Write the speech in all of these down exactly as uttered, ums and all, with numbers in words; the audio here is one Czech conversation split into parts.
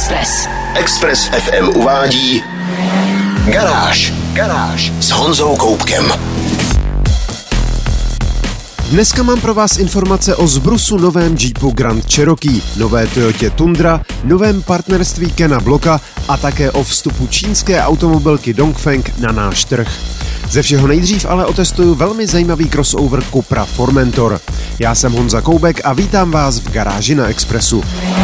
Express. Express F M uvádí Garáž. Garáž s Honzou Koubkem. Dneska mám pro vás informace o zbrusu novém Jeepu Grand Cherokee, nové Toyotě Tundra, novém partnerství Kena Blocka a také o vstupu čínské automobilky Dongfeng na náš trh. Ze všeho nejdřív ale otestuju velmi zajímavý crossover Cupra Formentor. Já jsem Honza Koubek a vítám vás v Garáži na Expressu.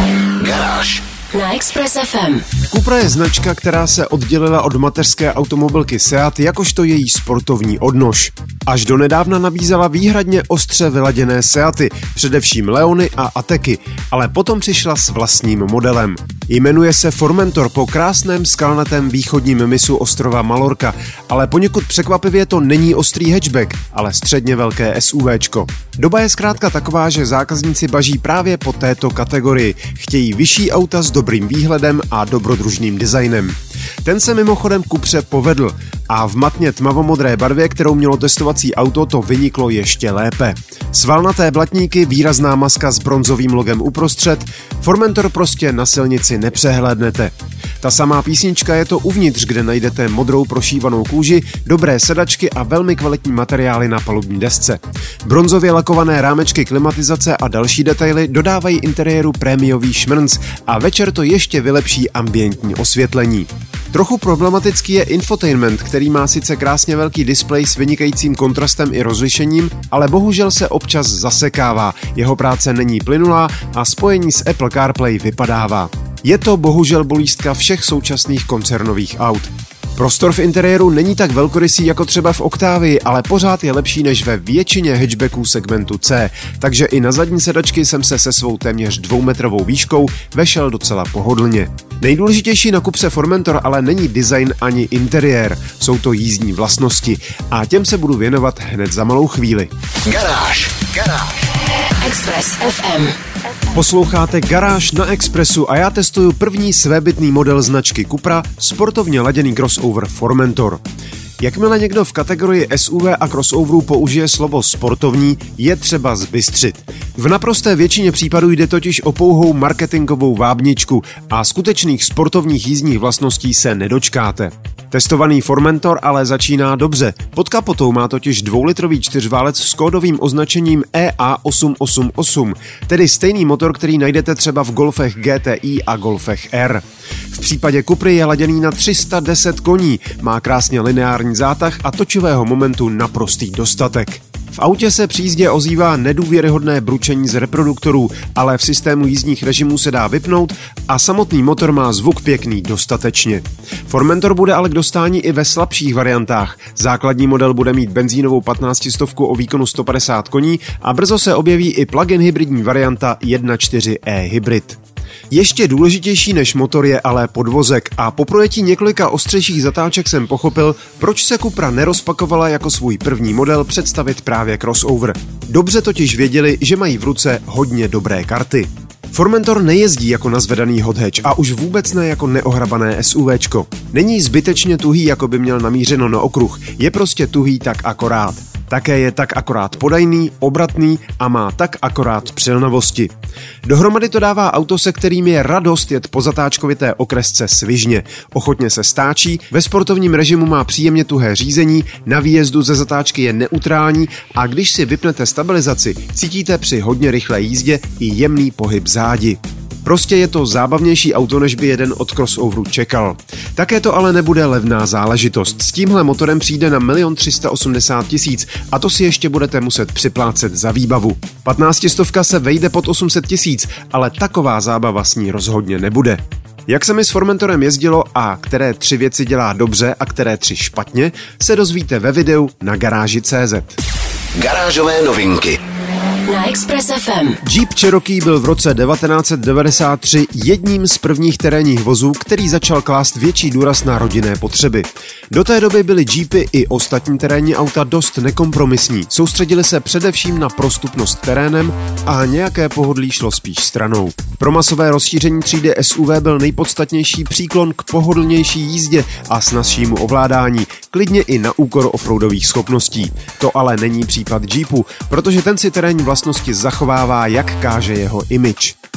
Garáž Na Express F M. Cupra je značka, která se oddělila od mateřské automobilky Seat jakožto její sportovní odnož. Až donedávna nabízela výhradně ostře vyladěné Seaty, především Leony a Ateky, ale potom přišla s vlastním modelem. Jmenuje se Formentor po krásném skalnatém východním mysu ostrova Mallorca, ale poněkud překvapivě to není ostrý hatchback, ale středně velké SUVčko. Doba je zkrátka taková, že zákazníci baží právě po této kategorii. Chtějí vyšší auta s dobrým výhledem a dobrodružným designem. Ten se mimochodem Cupře povedl a v matně tmavomodré barvě, kterou mělo testovací auto, to vyniklo ještě lépe. Svalnaté blatníky, výrazná maska s bronzovým logem uprostřed, Formentor prostě na silnici nepřehlédnete. Ta samá písnička je to uvnitř, kde najdete modrou prošívanou kůži, dobré sedačky a velmi kvalitní materiály na palubní desce. Bronzově lakované rámečky klimatizace a další detaily dodávají interiéru prémiový šmrnc a večer to ještě vylepší ambientní osvětlení. Trochu problematický je infotainment, který má sice krásně velký displej s vynikajícím kontrastem i rozlišením, ale bohužel se občas zasekává, jeho práce není plynulá a spojení s Apple CarPlay vypadává. Je to bohužel bolístka všech současných koncernových aut. Prostor v interiéru není tak velkorysý jako třeba v Octavii, ale pořád je lepší než ve většině hatchbacků segmentu C, takže i na zadní sedačky jsem se se svou téměř dvoumetrovou výškou vešel docela pohodlně. Nejdůležitější na Cupře Formentor ale není design ani interiér, jsou to jízdní vlastnosti a těm se budu věnovat hned za malou chvíli. Garáž. Garáž Express F M. Posloucháte Garáž na Expressu a já testuju první svébytný model značky Cupra, sportovně laděný crossover Formentor. Jakmile někdo v kategorii S U V a crossoverů použije slovo sportovní, je třeba zbystřit. V naprosté většině případů jde totiž o pouhou marketingovou vábničku a skutečných sportovních jízdních vlastností se nedočkáte. Testovaný Formentor ale začíná dobře. Pod kapotou má totiž dvoulitrový čtyřválec s kódovým označením E A osm osm osm, tedy stejný motor, který najdete třeba v Golfech G T I a Golfech R. V případě Cupry je laděný na tři sta deset koní, má krásně lineární zátah a točivého momentu naprostý dostatek. V autě se při jízdě ozývá nedůvěryhodné bručení z reproduktorů, ale v systému jízdních režimů se dá vypnout a samotný motor má zvuk pěkný dostatečně. Formentor bude ale k dostání i ve slabších variantách. Základní model bude mít benzínovou patnáctistovku o výkonu sto padesát koní a brzo se objeví i plug-in hybridní varianta jedna tečka čtyři e hybrid. Ještě důležitější než motor je ale podvozek a po projetí několika ostřejších zatáček jsem pochopil, proč se Cupra nerozpakovala jako svůj první model představit právě crossover. Dobře totiž věděli, že mají v ruce hodně dobré karty. Formentor nejezdí jako nazvedaný hot hatch a už vůbec ne jako neohrabané SUVčko. Není zbytečně tuhý, jako by měl namířeno na okruh, je prostě tuhý tak akorát. Také je tak akorát podajný, obratný a má tak akorát přilnavosti. Dohromady to dává auto, se kterým je radost jet po zatáčkovité okresce svižně. Ochotně se stáčí, ve sportovním režimu má příjemně tuhé řízení, na výjezdu ze zatáčky je neutrální a když si vypnete stabilizaci, cítíte při hodně rychlé jízdě i jemný pohyb zádi. Prostě je to zábavnější auto, než by jeden od crossoveru čekal. Také to ale nebude levná záležitost. S tímhle motorem přijde na milion tři sta osmdesát tisíc a to si ještě budete muset připlácet za výbavu. patnáctistovka se vejde pod osm set tisíc, ale taková zábava s ní rozhodně nebude. Jak se mi s Formentorem jezdilo a které tři věci dělá dobře a které tři špatně, se dozvíte ve videu na garáži tečka cé zet. Garážové novinky na Express F M. Jeep Cherokee byl v roce devatenáct set devadesát tři jedním z prvních terénních vozů, který začal klást větší důraz na rodinné potřeby. Do té doby byly Jeepy i ostatní terénní auta dost nekompromisní. Soustředili se především na prostupnost terénem a nějaké pohodlí šlo spíš stranou. Pro masové rozšíření třídy S U V byl nejpodstatnější příklon k pohodlnější jízdě a snazšímu ovládání, klidně i na úkor offroadových schopností. To ale není případ Jeepu, protože ten si terénní vlastnosti zachovává, jak káže jeho image.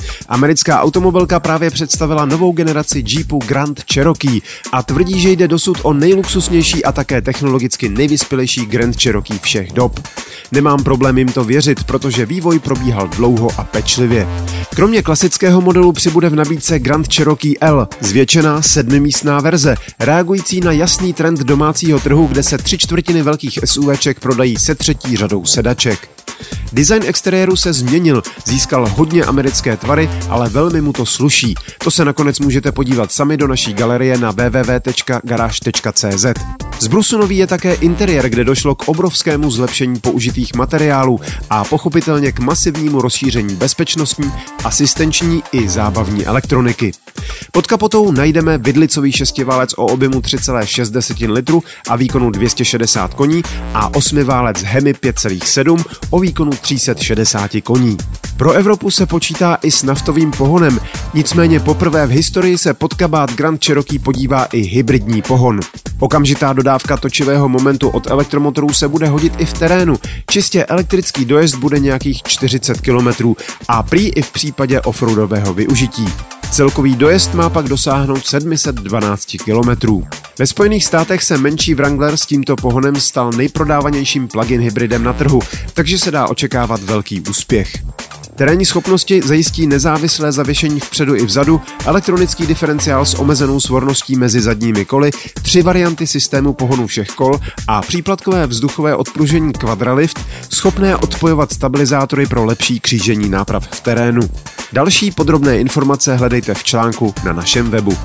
Americká automobilka právě představila novou generaci Jeepu Grand Cherokee a tvrdí, že jde dosud o nejluxusnější a také technologicky nejvyspělejší Grand Cherokee všech dob. Nemám problém jim to věřit, protože vývoj probíhal dlouho a pečlivě. Kromě klasického modelu přibude v nabídce Grand Cherokee L, zvětšená sedmimístná verze, reagující na jasný trend domácího trhu, kde se tři čtvrtiny velkých SUVček prodají se třetí řadou sedaček. Design exteriéru se změnil, získal hodně americké tvary, ale velmi mu to sluší. To se nakonec můžete podívat sami do naší galerie na w w w tečka garáž tečka c z. Zbrusunový je také interiér, kde došlo k obrovskému zlepšení použitých materiálů a pochopitelně k masivnímu rozšíření bezpečnostní, asistenční i zábavní elektroniky. Pod kapotou najdeme vidlicový šestiválec o objemu tři celé šest litru a výkonu dvě stě šedesát koní a osmiválec Hemi pět celá sedm o výkonu tři sta šedesát koní. Pro Evropu se počítá i s naftovým pohonem, nicméně poprvé v historii se pod kabát Grand Cherokee podívá i hybridní pohon. Okamžitá dodávka točivého momentu od elektromotorů se bude hodit i v terénu. Čistě elektrický dojezd bude nějakých čtyřicet kilometrů a prý i v případě offroadového využití. Celkový dojezd má pak dosáhnout sedm set dvanáct kilometrů. Ve Spojených státech se menší Wrangler s tímto pohonem stal nejprodávanějším plug-in hybridem na trhu, takže se dá očekávat velký úspěch. Terénní schopnosti zajistí nezávislé zavěšení vpředu i vzadu, elektronický diferenciál s omezenou svorností mezi zadními koly, tři varianty systému pohonu všech kol a příplatkové vzduchové odpružení Quadralift, schopné odpojovat stabilizátory pro lepší křížení náprav v terénu. Další podrobné informace hledejte v článku na našem webu.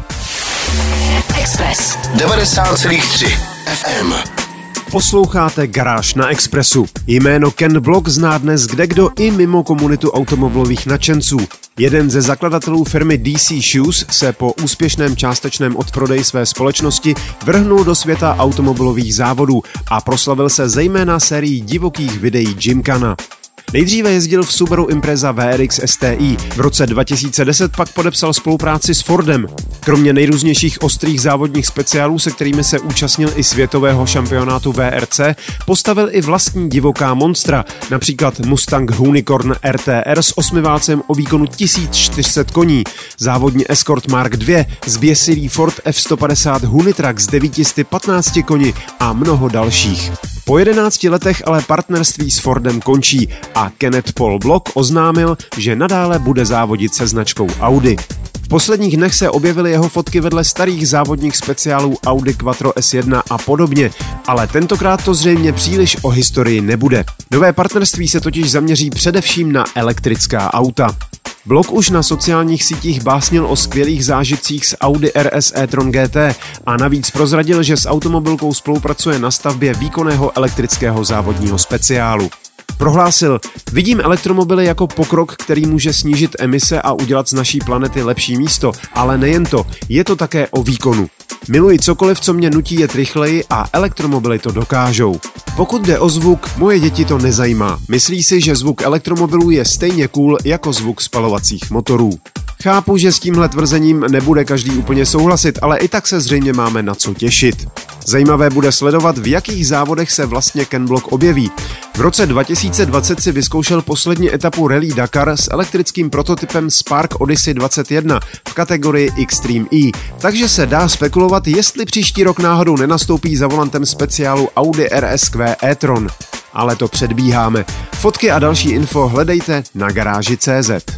Express devadesát celá tři F M. Posloucháte Garáž na Expressu. Jméno Ken Block zná dnes kdekdo i mimo komunitu automobilových nadšenců. Jeden ze zakladatelů firmy D C Shoes se po úspěšném částečném odprodeji své společnosti vrhnul do světa automobilových závodů a proslavil se zejména sérií divokých videí Gymkhana. Nejdříve jezdil v Subaru Impreza V R X S T I, v roce dva tisíce deset pak podepsal spolupráci s Fordem. Kromě nejrůznějších ostrých závodních speciálů, se kterými se účastnil i světového šampionátu V R C, postavil i vlastní divoká monstra, například Mustang Unicorn R T R s osmiválcem o výkonu tisíc čtyři sta koní, závodní Escort Mark dva, zběsilý Ford F sto padesát Unitrack s devět set patnáct koní a mnoho dalších. Po jedenácti letech ale partnerství s Fordem končí a Kenneth Paul Block oznámil, že nadále bude závodit se značkou Audi. V posledních dnech se objevily jeho fotky vedle starých závodních speciálů Audi Quattro S jedna a podobně, ale tentokrát to zřejmě příliš o historii nebude. Nové partnerství se totiž zaměří především na elektrická auta. Block už na sociálních sítích básnil o skvělých zážitcích s Audi R S e-tron G T a navíc prozradil, že s automobilkou spolupracuje na stavbě výkonného elektrického závodního speciálu. Prohlásil, vidím elektromobily jako pokrok, který může snížit emise a udělat z naší planety lepší místo, ale nejen to, je to také o výkonu. Miluji cokoliv, co mě nutí jet rychleji a elektromobily to dokážou. Pokud jde o zvuk, moje děti to nezajímá. Myslí si, že zvuk elektromobilů je stejně cool jako zvuk spalovacích motorů. Chápu, že s tímhle tvrzením nebude každý úplně souhlasit, ale i tak se zřejmě máme na co těšit. Zajímavé bude sledovat, v jakých závodech se vlastně Ken Block objeví. V roce dva tisíce dvacet si vyzkoušel poslední etapu Rally Dakar s elektrickým prototypem Spark Odyssey dvacet jedna v kategorii Extreme E, takže se dá spekulovat, jestli příští rok náhodou nenastoupí za volantem speciálu Audi R S Q e-tron. Ale to předbíháme. Fotky a další info hledejte na garáži tečka cé zet.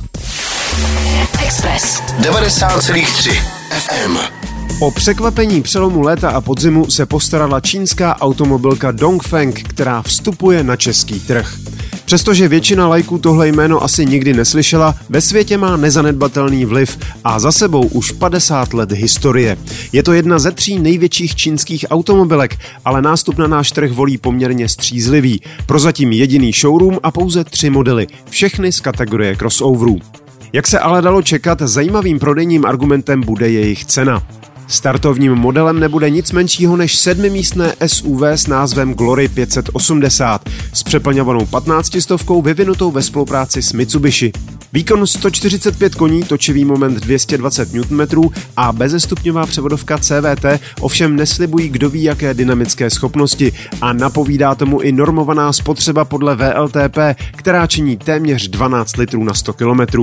Express devadesát celá tři F M. O překvapení přelomu léta a podzimu se postarala čínská automobilka Dongfeng, která vstupuje na český trh. Přestože většina lajků tohle jméno asi nikdy neslyšela, ve světě má nezanedbatelný vliv a za sebou už padesát let historie. Je to jedna ze tří největších čínských automobilek, ale nástup na náš trh volí poměrně střízlivý. Prozatím jediný showroom a pouze tři modely, všechny z kategorie crossoverů. Jak se ale dalo čekat, zajímavým prodejním argumentem bude jejich cena. Startovním modelem nebude nic menšího než sedmimístné S U V s názvem Glory pět set osmdesát s přeplňovanou patnáctistovkou vyvinutou ve spolupráci s Mitsubishi. Výkon sto čtyřicet pět koní, točivý moment dvě stě dvacet newtonmetrů a bezestupňová převodovka C V T ovšem neslibují kdo ví jaké dynamické schopnosti a napovídá tomu i normovaná spotřeba podle V L T P, která činí téměř dvanáct litrů na sto kilometrů.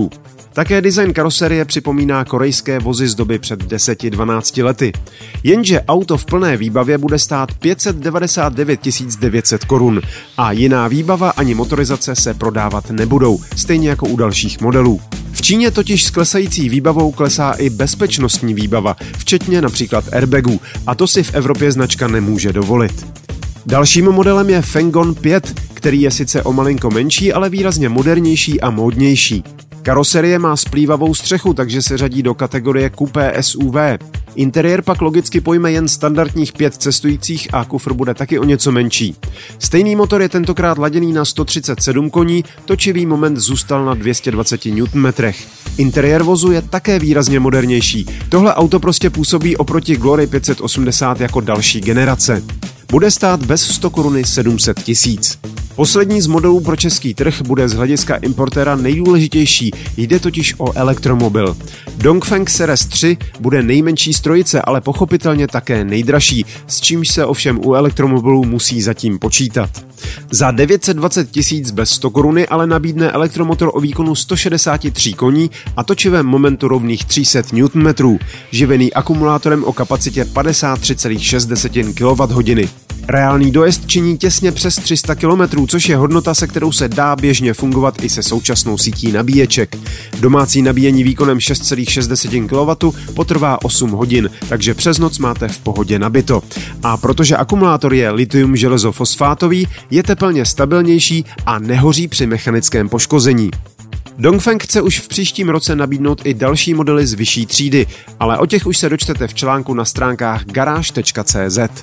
Také design karoserie připomíná korejské vozy z doby před deseti dvanácti lety. Jenže auto v plné výbavě bude stát pět set devadesát devět tisíc devět set korun a jiná výbava ani motorizace se prodávat nebudou, stejně jako u dalších modelů. V Číně totiž s klesající výbavou klesá i bezpečnostní výbava, včetně například airbagů, a to si v Evropě značka nemůže dovolit. Dalším modelem je Fengon pět, který je sice o malinko menší, ale výrazně modernější a módnější. Karoserie má splývavou střechu, takže se řadí do kategorie kupé S U V. Interiér pak logicky pojme jen standardních pět cestujících a kufr bude taky o něco menší. Stejný motor je tentokrát laděný na sto třicet sedm koní, točivý moment zůstal na dvě stě dvacet newtonmetrech. Interiér vozu je také výrazně modernější. Tohle auto prostě působí oproti Glory pět set osmdesát jako další generace. Bude stát bez sto koruny sedm set tisíc. Poslední z modelů pro český trh bude z hlediska importéra nejdůležitější, jde totiž o elektromobil. Dongfeng Ceres tři bude nejmenší z trojice, ale pochopitelně také nejdražší, s čímž se ovšem u elektromobilů musí zatím počítat. Za devět set dvacet tisíc bez sto koruny ale nabídne elektromotor o výkonu sto šedesát tři koní a točivém momentu rovných tři sta newtonmetrů, živený akumulátorem o kapacitě padesát tři celá šest kilowatthodin. Reálný dojezd činí těsně přes tři sta kilometrů, což je hodnota, se kterou se dá běžně fungovat i se současnou sítí nabíječek. Domácí nabíjení výkonem šest celá šest kilowattů potrvá osm hodin, takže přes noc máte v pohodě nabito. A protože akumulátor je lithium železofosfátový, je tepelně stabilnější a nehoří při mechanickém poškození. Dongfeng chce už v příštím roce nabídnout i další modely z vyšší třídy, ale o těch už se dočtete v článku na stránkách garáž tečka cé zet.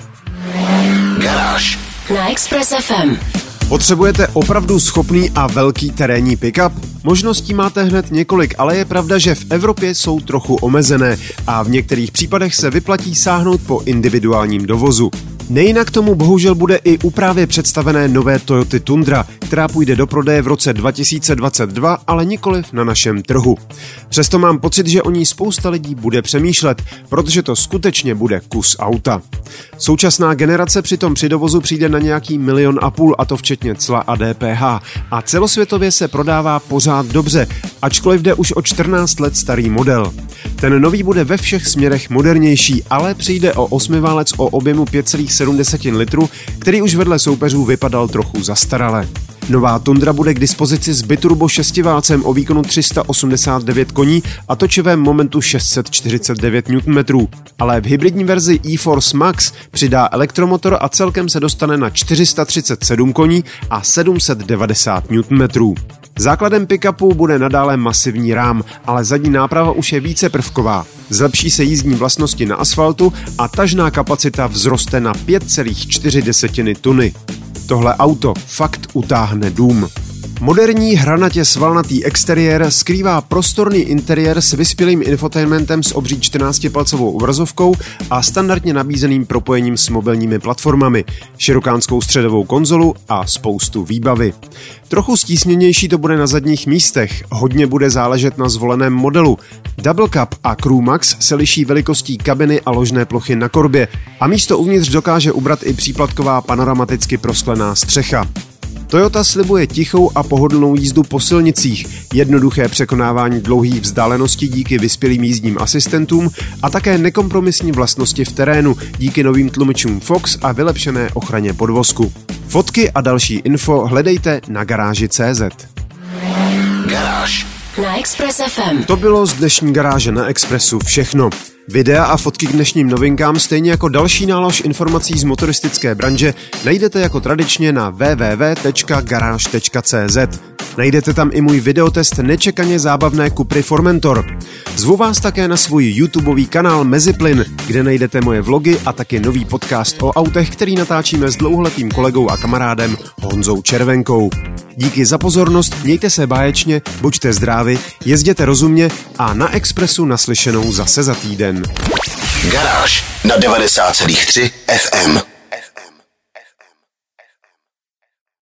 Garáž na Express F M. Potřebujete opravdu schopný a velký terénní pick-up? Možností máte hned několik, ale je pravda, že v Evropě jsou trochu omezené a v některých případech se vyplatí sáhnout po individuálním dovozu. Nejinak tomu bohužel bude i u právě představené nové Toyoty Tundra, která půjde do prodeje v roce dva tisíce dvacet dva, ale nikoliv na našem trhu. Přesto mám pocit, že o ní spousta lidí bude přemýšlet, protože to skutečně bude kus auta. Současná generace přitom při dovozu přijde na nějaký milion a půl, a to včetně cla a D P H. A celosvětově se prodává pořád dobře, ačkoliv jde už o čtrnáct let starý model. Ten nový bude ve všech směrech modernější, ale přijde o osmiválec o objemu pět celá sedm litru, který už vedle soupeřů vypadal trochu zastarale. Nová Tundra bude k dispozici s biturbo šestiválcem o výkonu tři sta osmdesát devět koní a točivém momentu šest set čtyřicet devět newtonmetrů, ale v hybridní verzi e-Force Max přidá elektromotor a celkem se dostane na čtyři sta třicet sedm koní a sedm set devadesát newtonmetrů. Základem pick-upu bude nadále masivní rám, ale zadní náprava už je více prvková. Zlepší se jízdní vlastnosti na asfaltu a tažná kapacita vzroste na pět celá čtyři tuny. Tohle auto fakt utáhne dům. Moderní hranatě svalnatý exteriér skrývá prostorný interiér s vyspělým infotainmentem s obří čtrnáctipalcovou obrazovkou a standardně nabízeným propojením s mobilními platformami, širokánskou středovou konzolu a spoustu výbavy. Trochu stísněnější to bude na zadních místech, hodně bude záležet na zvoleném modelu. Double Cup a Crew Max se liší velikostí kabiny a ložné plochy na korbě a místo uvnitř dokáže ubrat i příplatková panoramaticky prosklená střecha. Toyota slibuje tichou a pohodlnou jízdu po silnicích, jednoduché překonávání dlouhých vzdáleností díky vyspělým jízdním asistentům a také nekompromisní vlastnosti v terénu díky novým tlumičům Fox a vylepšené ochraně podvozku. Fotky a další info hledejte na garáži tečka cé zet. Garáž Na Express F M. To bylo z dnešní garáže na Expressu všechno. Videa a fotky k dnešním novinkám, stejně jako další nálož informací z motoristické branže, najdete jako tradičně na w w w tečka garáž tečka cé zet. Najdete tam i můj videotest nečekaně zábavné Cupry Formentor. Zvu vás také na svůj YouTubeový kanál Meziplyn, kde najdete moje vlogy a taky nový podcast o autech, který natáčíme s dlouholetým kolegou a kamarádem Honzou Červenkou. Díky za pozornost, mějte se báječně, buďte zdraví, jezděte rozumně a na Expressu naslyšenou zase za týden. Garáž na devadesát celá tři F M.